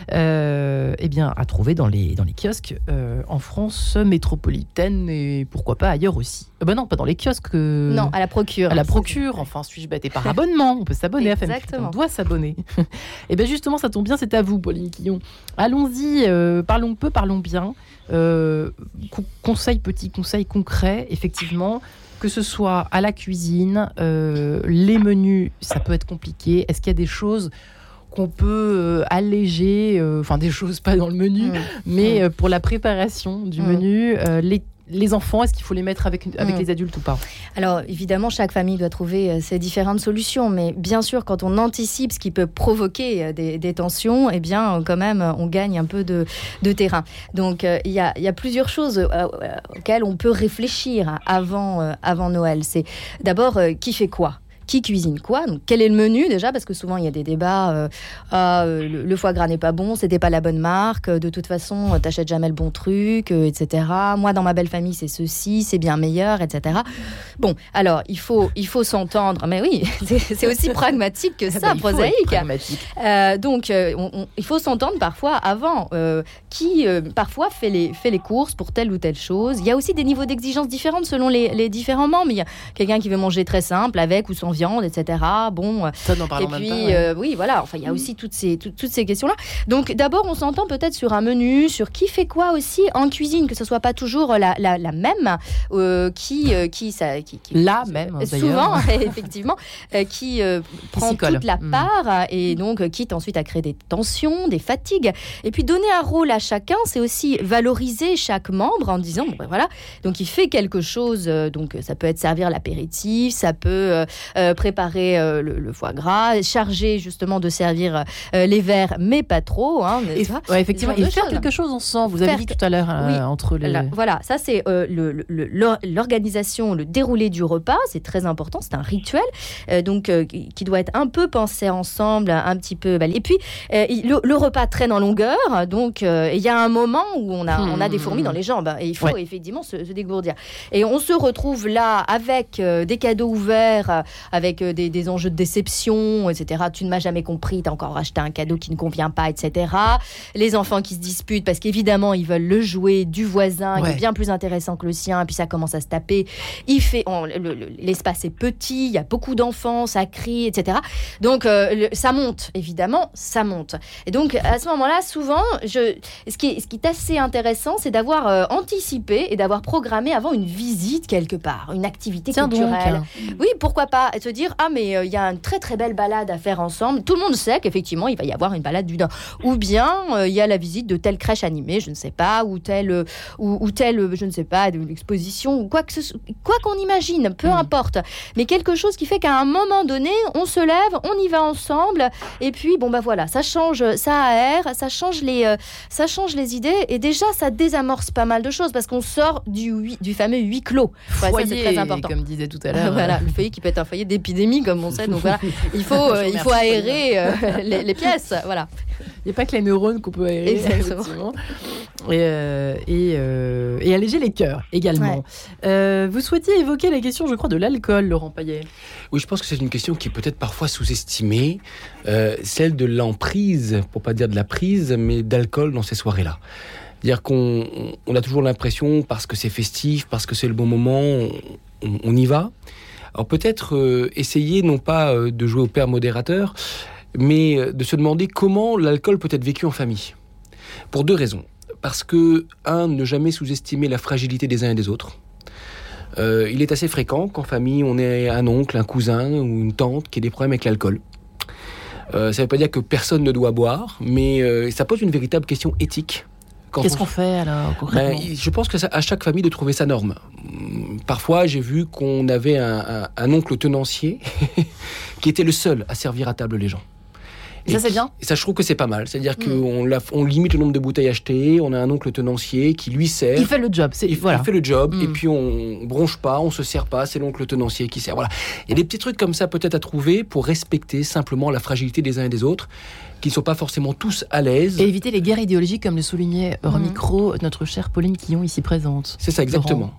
à trouver dans les kiosques en France métropolitaine et pourquoi pas ailleurs aussi. Non, pas dans les kiosques. Non, à la procure. À la procure, enfin, suis-je bête. Et par abonnement, on peut s'abonner à Famille Chrétienne. On doit s'abonner. Et bien justement, ça tombe bien, c'est à vous, Pauline Quillon. Allons-y, parlons peu, parlons bien. Petits conseils concrets, effectivement, que ce soit à la cuisine, les menus, ça peut être compliqué. Est-ce qu'il y a des choses qu'on peut alléger, des choses pas dans le menu, mais pour la préparation du menu, les enfants, est-ce qu'il faut les mettre avec les adultes ou pas ? Alors, évidemment, chaque famille doit trouver ses différentes solutions, mais bien sûr, quand on anticipe ce qui peut provoquer des tensions, eh bien, quand même, on gagne un peu de terrain. Donc, il y a plusieurs choses auxquelles on peut réfléchir avant Noël. C'est d'abord, qui fait quoi ? Qui cuisine quoi ? Donc, quel est le menu déjà ? Parce que souvent, il y a des débats. Le foie gras n'est pas bon, c'était pas la bonne marque. De toute façon, t'achètes jamais le bon truc, etc. Moi, dans ma belle famille, c'est ceci, c'est bien meilleur, etc. Bon, alors, il faut s'entendre. Mais oui, c'est aussi pragmatique que ça, prosaïque. Donc, il faut s'entendre parfois avant. Qui parfois fait les courses pour telle ou telle chose. Il y a aussi des niveaux d'exigence différents selon les différents membres. Il y a quelqu'un qui veut manger très simple, avec ou sans viande, etc. Bon, ça n'en parlons et puis même pas, ouais. oui, voilà. Enfin, il y a aussi toutes ces questions-là. Donc, d'abord, on s'entend peut-être sur un menu, sur qui fait quoi aussi en cuisine, que ce soit pas toujours la même, la même souvent, effectivement, qui prend toute la part et donc quitte ensuite à créer des tensions, des fatigues. Et puis donner un rôle à chacun, c'est aussi valoriser chaque membre en disant voilà, donc il fait quelque chose. Donc ça peut être servir l'apéritif, ça peut préparer le foie gras, charger justement de servir les verres, mais pas trop. Effectivement, et faire quelque chose ensemble. Vous avez dit tout à l'heure entre les... Voilà, ça c'est l'organisation, le déroulé du repas, c'est très important, c'est un rituel qui doit être un peu pensé ensemble, un petit peu. Et puis le repas traîne en longueur, donc il y a un moment où on a des fourmis dans les jambes et il faut effectivement se dégourdir. Et on se retrouve là avec des cadeaux ouverts, avec des enjeux de déception, etc. Tu ne m'as jamais compris, tu as encore acheté un cadeau qui ne convient pas, etc. Les enfants qui se disputent parce qu'évidemment ils veulent le jouet du voisin qui est bien plus intéressant que le sien, et puis ça commence à se taper. L'espace est petit, il y a beaucoup d'enfants, ça crie, etc. Donc ça monte, évidemment, ça monte. Et donc à ce moment-là, souvent, ce qui est assez intéressant, c'est d'avoir anticipé et d'avoir programmé avant une visite quelque part, une activité culturelle. Oui, pourquoi pas se dire mais il y a une très très belle balade à faire ensemble. Tout le monde sait qu'effectivement il va y avoir une balade d'une heure. Ou bien il y a la visite de telle crèche animée, je ne sais pas, ou telle je ne sais pas, de l'exposition ou quoi qu'on imagine, peu importe. Mais quelque chose qui fait qu'à un moment donné, on se lève, on y va ensemble, et puis voilà, ça change, ça aère, ça change les idées, et déjà ça désamorce pas mal de choses parce qu'on sort du fameux huis clos. Foyer, ça, c'est très important. Comme disait tout à l'heure. Voilà, le foyer qui peut être un foyer d'épidémie, comme on sait. Donc voilà, il faut aérer les pièces. Voilà. Il n'y a pas que les neurones qu'on peut aérer. Exactement. Et alléger les cœurs également. Ouais. Vous souhaitiez évoquer la question, je crois, de l'alcool, Laurent Payet. Oui, je pense que c'est une question qui est peut-être parfois sous-estimée, celle de l'emprise, pour pas dire de la prise, mais d'alcool dans ces soirées-là. C'est-à-dire qu'on a toujours l'impression, parce que c'est festif, parce que c'est le bon moment, on y va. Alors peut-être essayer non pas de jouer au père modérateur, mais de se demander comment l'alcool peut être vécu en famille. Pour 2 raisons. Parce que, ne jamais sous-estimer la fragilité des uns et des autres. Il est assez fréquent qu'en famille, on ait un oncle, un cousin ou une tante qui ait des problèmes avec l'alcool. Ça ne veut pas dire que personne ne doit boire, mais ça pose une véritable question éthique. Qu'est-ce qu'on fait alors concrètement ? Je pense que à chaque famille de trouver sa norme. Parfois, j'ai vu qu'on avait un oncle tenancier qui était le seul à servir à table les gens. Et ça, c'est bien. Et ça, je trouve que c'est pas mal. C'est-à-dire qu'on limite le nombre de bouteilles achetées. On a un oncle tenancier qui lui sert. Il fait le job. Il fait le job. Et puis, on bronche pas, on se sert pas. C'est l'oncle tenancier qui sert. Voilà. Il y a des petits trucs comme ça peut-être à trouver pour respecter simplement la fragilité des uns et des autres, qui ne sont pas forcément tous à l'aise. Et éviter les guerres idéologiques, comme le soulignait hors micro notre chère Pauline Quillon, ici présente. C'est ça, exactement.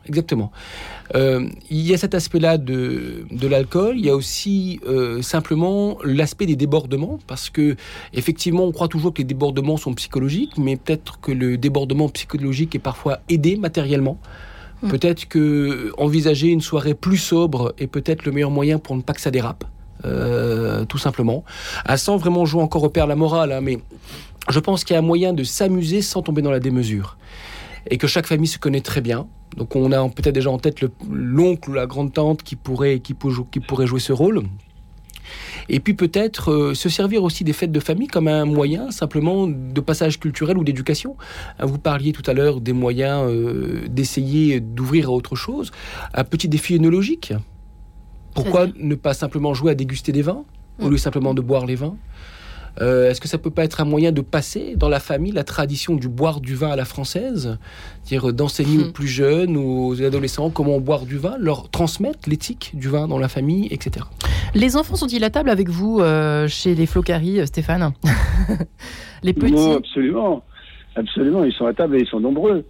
Il y a cet aspect-là de l'alcool. Il y a aussi simplement l'aspect des débordements, parce que effectivement, on croit toujours que les débordements sont psychologiques, mais peut-être que le débordement psychologique est parfois aidé matériellement. Peut-être que envisager une soirée plus sobre est peut-être le meilleur moyen pour ne pas que ça dérape. Tout simplement, sans vraiment jouer encore au père la morale, mais je pense qu'il y a un moyen de s'amuser sans tomber dans la démesure, et que chaque famille se connaît très bien. Donc on a peut-être déjà en tête l'oncle ou la grande-tante qui pourrait jouer ce rôle. Et puis peut-être se servir aussi des fêtes de famille comme un moyen simplement de passage culturel ou d'éducation. Vous parliez tout à l'heure des moyens d'essayer d'ouvrir à autre chose. Un petit défi œnologique. Pourquoi ne pas simplement jouer à déguster des vins au lieu simplement de boire les vins ? Est-ce que ça peut pas être un moyen de passer dans la famille la tradition du boire du vin à la française, c'est-à-dire d'enseigner aux plus jeunes ou aux adolescents comment boire du vin, leur transmettre l'éthique du vin dans la famille, etc. Les enfants sont-ils à table avec vous chez les Flocaris, Stéphane ? Les petits ? Non, absolument, ils sont à table et ils sont nombreux.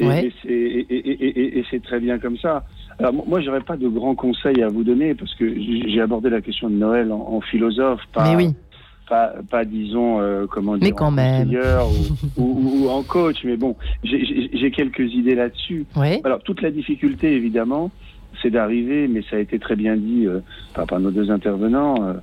Et c'est très bien comme ça. Alors moi, j'aurais pas de grands conseils à vous donner parce que j'ai abordé la question de Noël en philosophe, pas disons comment dire, mais quand même, ou en coach. Mais bon, j'ai quelques idées là-dessus. Ouais. Alors toute la difficulté, évidemment, c'est d'arriver, mais ça a été très bien dit par nos deux intervenants,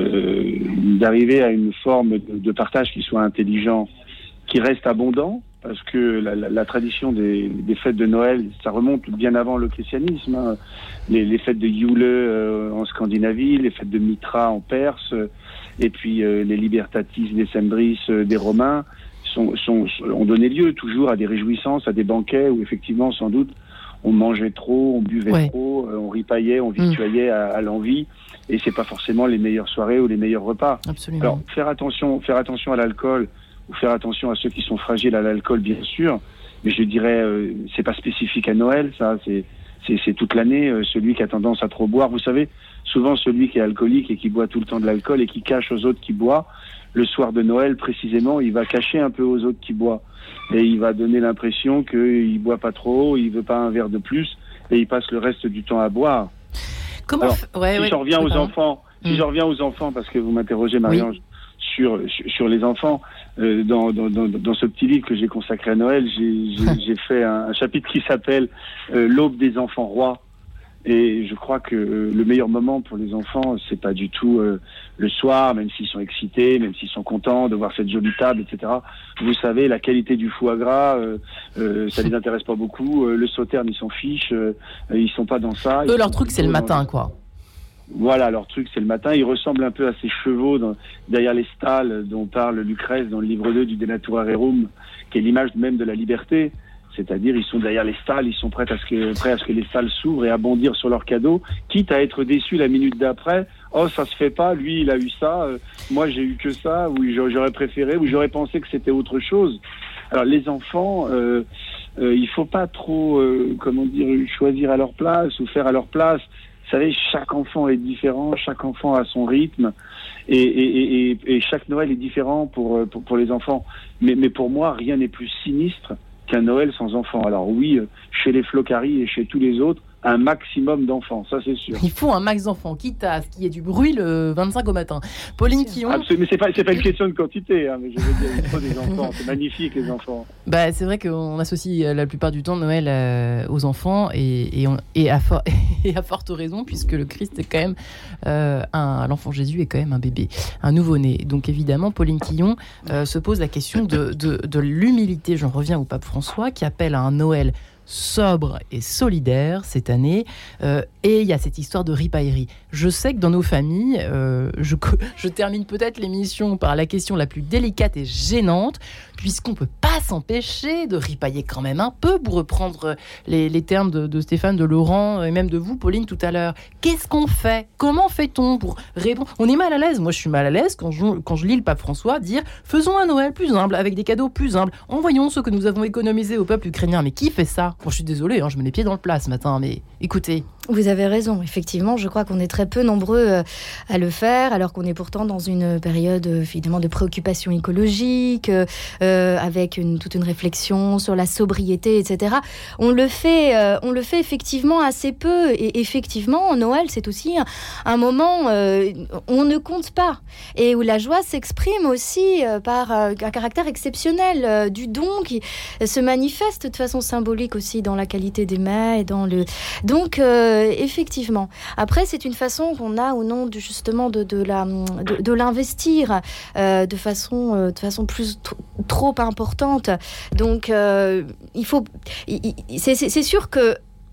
d'arriver à une forme de partage qui soit intelligent, qui reste abondant. Parce que la tradition des fêtes de Noël, ça remonte bien avant le christianisme. Hein. Les fêtes de Yule en Scandinavie, les fêtes de Mitra en Perse, et puis les Libertatis Decembris des Romains ont donné lieu toujours à des réjouissances, à des banquets où effectivement, sans doute, on mangeait trop, on buvait trop, on ripaillait, on victuaillait à l'envie, et c'est pas forcément les meilleures soirées ou les meilleurs repas. Absolument. Alors faire attention à l'alcool, ou faire attention à ceux qui sont fragiles à l'alcool, bien sûr, mais je dirais c'est pas spécifique à Noël, ça, c'est toute l'année. Celui qui a tendance à trop boire, vous savez, souvent celui qui est alcoolique et qui boit tout le temps de l'alcool et qui cache aux autres qui boit, le soir de Noël précisément, il va cacher un peu aux autres qui boit, et il va donner l'impression qu'il boit pas trop, il veut pas un verre de plus, et il passe le reste du temps à boire. Comment si je reviens aux enfants, parce que vous m'interrogez, Marie-Ange, sur les enfants, dans ce petit livre que j'ai consacré à Noël, j'ai fait un chapitre qui s'appelle L'aube des enfants rois. Et je crois que le meilleur moment pour les enfants, c'est pas du tout le soir, même s'ils sont excités, même s'ils sont contents de voir cette jolie table, etc. Vous savez, la qualité du foie gras, ça les intéresse pas beaucoup. Le sauterne, ils s'en fichent. Ils sont pas dans ça. Eux, leur truc, c'est le matin, quoi. Voilà, leur truc, c'est le matin. Ils ressemblent un peu à ces chevaux derrière les stalles dont parle Lucrèce dans le livre 2 du De Natura Rerum, qui est l'image même de la liberté. C'est-à-dire, ils sont derrière les stalles, ils sont prêts à ce que les stalles s'ouvrent et à bondir sur leurs cadeaux, quitte à être déçus la minute d'après. Oh, ça se fait pas, lui, il a eu ça, moi, j'ai eu que ça, ou j'aurais préféré, ou j'aurais pensé que c'était autre chose. Alors, les enfants, il faut pas trop, choisir à leur place ou faire à leur place. Vous savez, chaque enfant est différent, chaque enfant a son rythme, et chaque Noël est différent pour les enfants. Mais pour moi, rien n'est plus sinistre qu'un Noël sans enfants. Alors oui, chez les Flocaris et chez tous les autres, un maximum d'enfants, ça c'est sûr. Il faut un max d'enfants, quitte à ce qu'il y ait du bruit le 25 au matin. Pauline Quillon... Absolument, mais c'est pas une question de quantité, hein, mais je veux dire, il faut des enfants, c'est magnifique les enfants. Bah, c'est vrai qu'on associe la plupart du temps Noël aux enfants, et à forte raison, puisque le Christ est quand même, l'enfant Jésus est quand même un bébé, un nouveau-né. Donc évidemment, Pauline Quillon se pose la question de l'humilité. J'en reviens au pape François, qui appelle à un Noël sobre et solidaire cette année. Et il y a cette histoire de ripaillerie. Je sais que dans nos familles, je termine peut-être l'émission par la question la plus délicate et gênante, puisqu'on ne peut pas s'empêcher de ripailler quand même un peu, pour reprendre les termes de Stéphane, de Laurent et même de vous, Pauline, tout à l'heure. Qu'est-ce qu'on fait ? Comment fait-on pour répondre ? On est mal à l'aise. Moi, je suis mal à l'aise quand je lis le pape François dire « Faisons un Noël plus humble, avec des cadeaux plus humbles. Envoyons ce que nous avons économisé au peuple ukrainien. » Mais qui fait ça ? Bon, je suis désolée, je mets les pieds dans le plat ce matin, mais écoutez. Vous avez raison, effectivement, je crois qu'on est très peu nombreux à le faire, alors qu'on est pourtant dans une période évidemment de préoccupation écologique, avec toute une réflexion sur la sobriété, etc. On le fait effectivement assez peu, et effectivement, Noël, c'est aussi un moment où on ne compte pas, et où la joie s'exprime aussi par un caractère exceptionnel du don qui se manifeste de façon symbolique aussi dans la qualité des mets et dans le... Donc, effectivement. Après, c'est une façon qu'on a ou non justement de l'investir de façon plus trop importante. Donc, il faut... C'est sûr que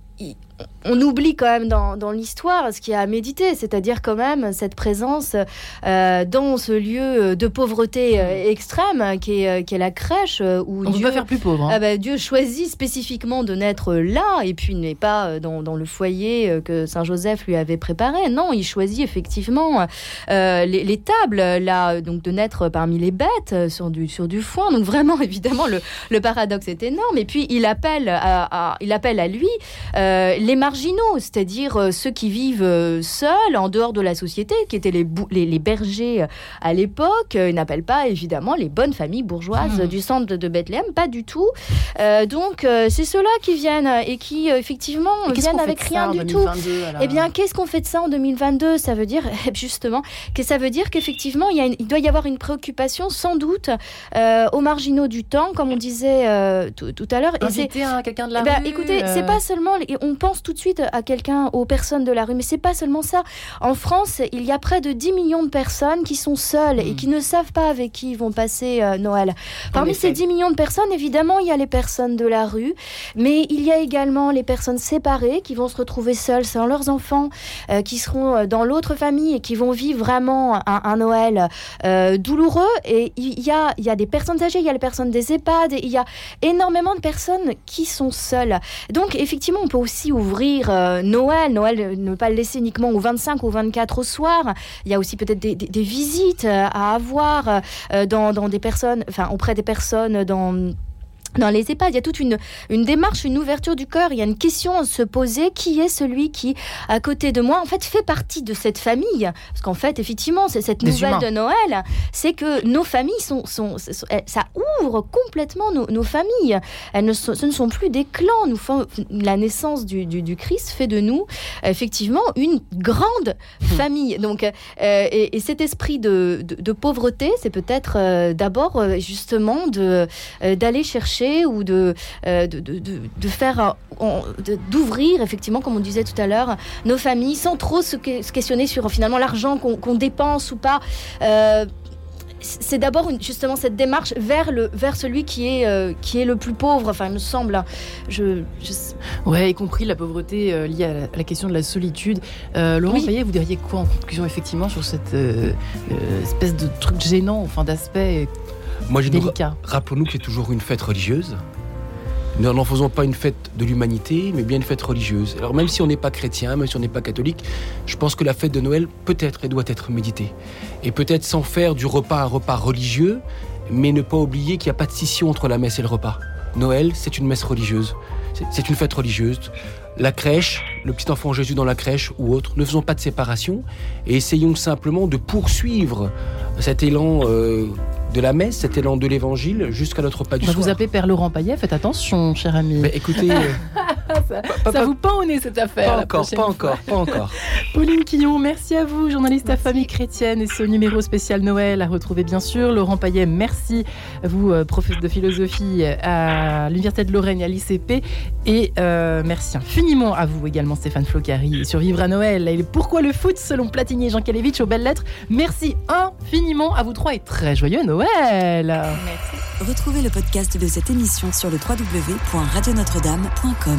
on oublie quand même dans l'histoire ce qu'il y a à méditer, c'est-à-dire quand même cette présence dans ce lieu de pauvreté extrême qui est la crèche, où on ne peut pas faire plus pauvre. Dieu choisit spécifiquement de naître là, et puis n'est pas dans le foyer que Saint Joseph lui avait préparé. Non, il choisit effectivement les tables là, donc de naître parmi les bêtes sur du foin. Donc vraiment, évidemment, le paradoxe est énorme. Et puis il appelle à lui les marginaux, c'est-à-dire ceux qui vivent seuls, en dehors de la société, qui étaient les bergers à l'époque. Il n'appelle pas, évidemment, les bonnes familles bourgeoises du centre de Bethléem, pas du tout. Donc, c'est ceux-là qui viennent et qui, effectivement, viennent avec rien du tout. Eh bien, qu'est-ce qu'on fait de ça en 2022 ? Ça veut dire, justement, qu'effectivement, il doit y avoir une préoccupation, sans doute, aux marginaux du temps, comme on disait tout à l'heure. Inviter quelqu'un de la rue. Écoutez, c'est pas seulement... On pense tout de suite à aux personnes de la rue, mais c'est pas seulement ça. En France, il y a près de 10 millions de personnes qui sont seules et qui ne savent pas avec qui ils vont passer Noël. Parmi ces 10 millions de personnes, évidemment, il y a les personnes de la rue, mais il y a également les personnes séparées qui vont se retrouver seules sans leurs enfants, qui seront dans l'autre famille et qui vont vivre vraiment un Noël douloureux. Et il y a des personnes âgées, il y a les personnes des EHPAD, et il y a énormément de personnes qui sont seules. Donc, effectivement, on peut aussi ouvrir Noël, ne pas le laisser uniquement au 25 ou au 24 au soir. Il y a aussi peut-être des visites à avoir dans des personnes, auprès des personnes dans les EHPAD. Il y a toute une démarche, une ouverture du cœur. Il y a une question à se poser. Qui est celui qui, à côté de moi, en fait, fait partie de cette famille ? Parce qu'en fait, effectivement, c'est cette nouvelle de Noël, c'est que nos familles ça ouvre complètement nos familles. Ce ne sont plus des clans. La naissance du Christ fait de nous, effectivement, une grande famille. Donc, et cet esprit de pauvreté, c'est peut-être d'abord, justement, d'aller chercher ou de faire d'ouvrir, effectivement, comme on disait tout à l'heure, nos familles sans trop se questionner sur finalement l'argent qu'on dépense ou pas. C'est d'abord justement cette démarche vers celui qui est le plus pauvre, il me semble. Ouais, y compris la pauvreté liée à la question de la solitude. Laurent Payet, vous diriez quoi en conclusion, effectivement, sur cette espèce de truc gênant, d'aspect délicat ? Rappelons-nous que c'est toujours une fête religieuse. Nous n'en faisons pas une fête de l'humanité, mais bien une fête religieuse. Alors même si on n'est pas chrétien, même si on n'est pas catholique, je pense que la fête de Noël peut être et doit être méditée. Et peut-être sans faire du repas un repas religieux, mais ne pas oublier qu'il n'y a pas de scission entre la messe et le repas. Noël, c'est une messe religieuse. C'est une fête religieuse. La crèche, le petit enfant Jésus dans la crèche ou autre, ne faisons pas de séparation et essayons simplement de poursuivre cet élan de la messe, cet élan de l'évangile jusqu'à notre pas du soir. Vous appelez Père Laurent Payet, faites attention, cher ami. Mais écoutez, Ça vous pend au nez cette affaire. Pas encore. Pauline Quillon, merci à vous, journaliste à Famille Chrétienne, et ce numéro spécial Noël à retrouver bien sûr. Laurent Payet, merci à vous, professeur de philosophie à l'Université de Lorraine et à l'ICP, et merci infiniment à vous également Stéphane Flocari sur Vivre à Noël et pourquoi le foot selon Platini et Jean Kalevitch aux belles lettres. Merci infiniment à vous trois et très joyeux Noël. Merci. Retrouvez le podcast de cette émission sur le www.radionotre-dame.com.